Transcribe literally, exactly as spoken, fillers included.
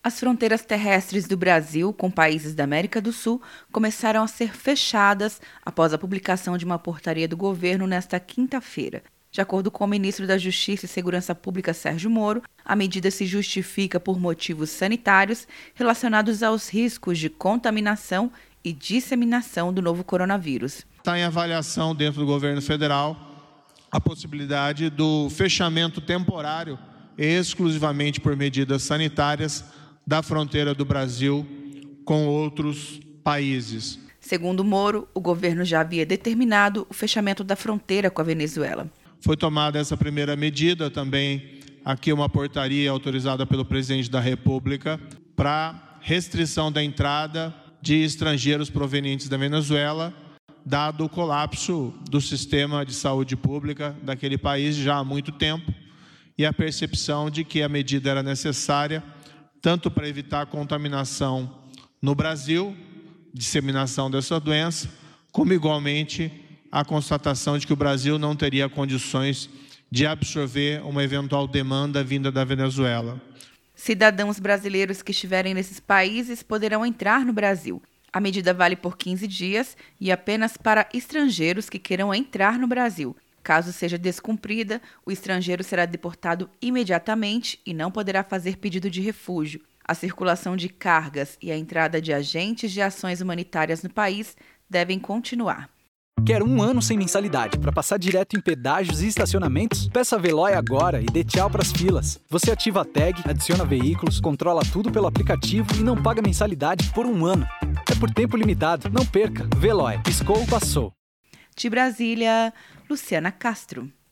As fronteiras terrestres do Brasil com países da América do Sul começaram a ser fechadas após a publicação de uma portaria do governo nesta quinta-feira. De acordo com o ministro da Justiça e Segurança Pública, Sérgio Moro, a medida se justifica por motivos sanitários relacionados aos riscos de contaminação e disseminação do novo coronavírus. Está em avaliação dentro do governo federal a possibilidade do fechamento temporário, exclusivamente por medidas sanitárias, da fronteira do Brasil com outros países. Segundo Moro, o governo já havia determinado o fechamento da fronteira com a Venezuela. Foi tomada essa primeira medida, também aqui uma portaria autorizada pelo presidente da República para restrição da entrada de estrangeiros provenientes da Venezuela, dado o colapso do sistema de saúde pública daquele país já há muito tempo e a percepção de que a medida era necessária tanto para evitar a contaminação no Brasil, disseminação dessa doença, como igualmente a constatação de que o Brasil não teria condições de absorver uma eventual demanda vinda da Venezuela. Cidadãos brasileiros que estiverem nesses países poderão entrar no Brasil. A medida vale por quinze dias e apenas para estrangeiros que queiram entrar no Brasil. Caso seja descumprida, o estrangeiro será deportado imediatamente e não poderá fazer pedido de refúgio. A circulação de cargas e a entrada de agentes de ações humanitárias no país devem continuar. Quer um ano sem mensalidade para passar direto em pedágios e estacionamentos? Peça a Veloy agora e dê tchau para as filas. Você ativa a tag, adiciona veículos, controla tudo pelo aplicativo e não paga mensalidade por um ano. É por tempo limitado. Não perca. Veloy. Piscou, passou. De Brasília, Luciana Castro.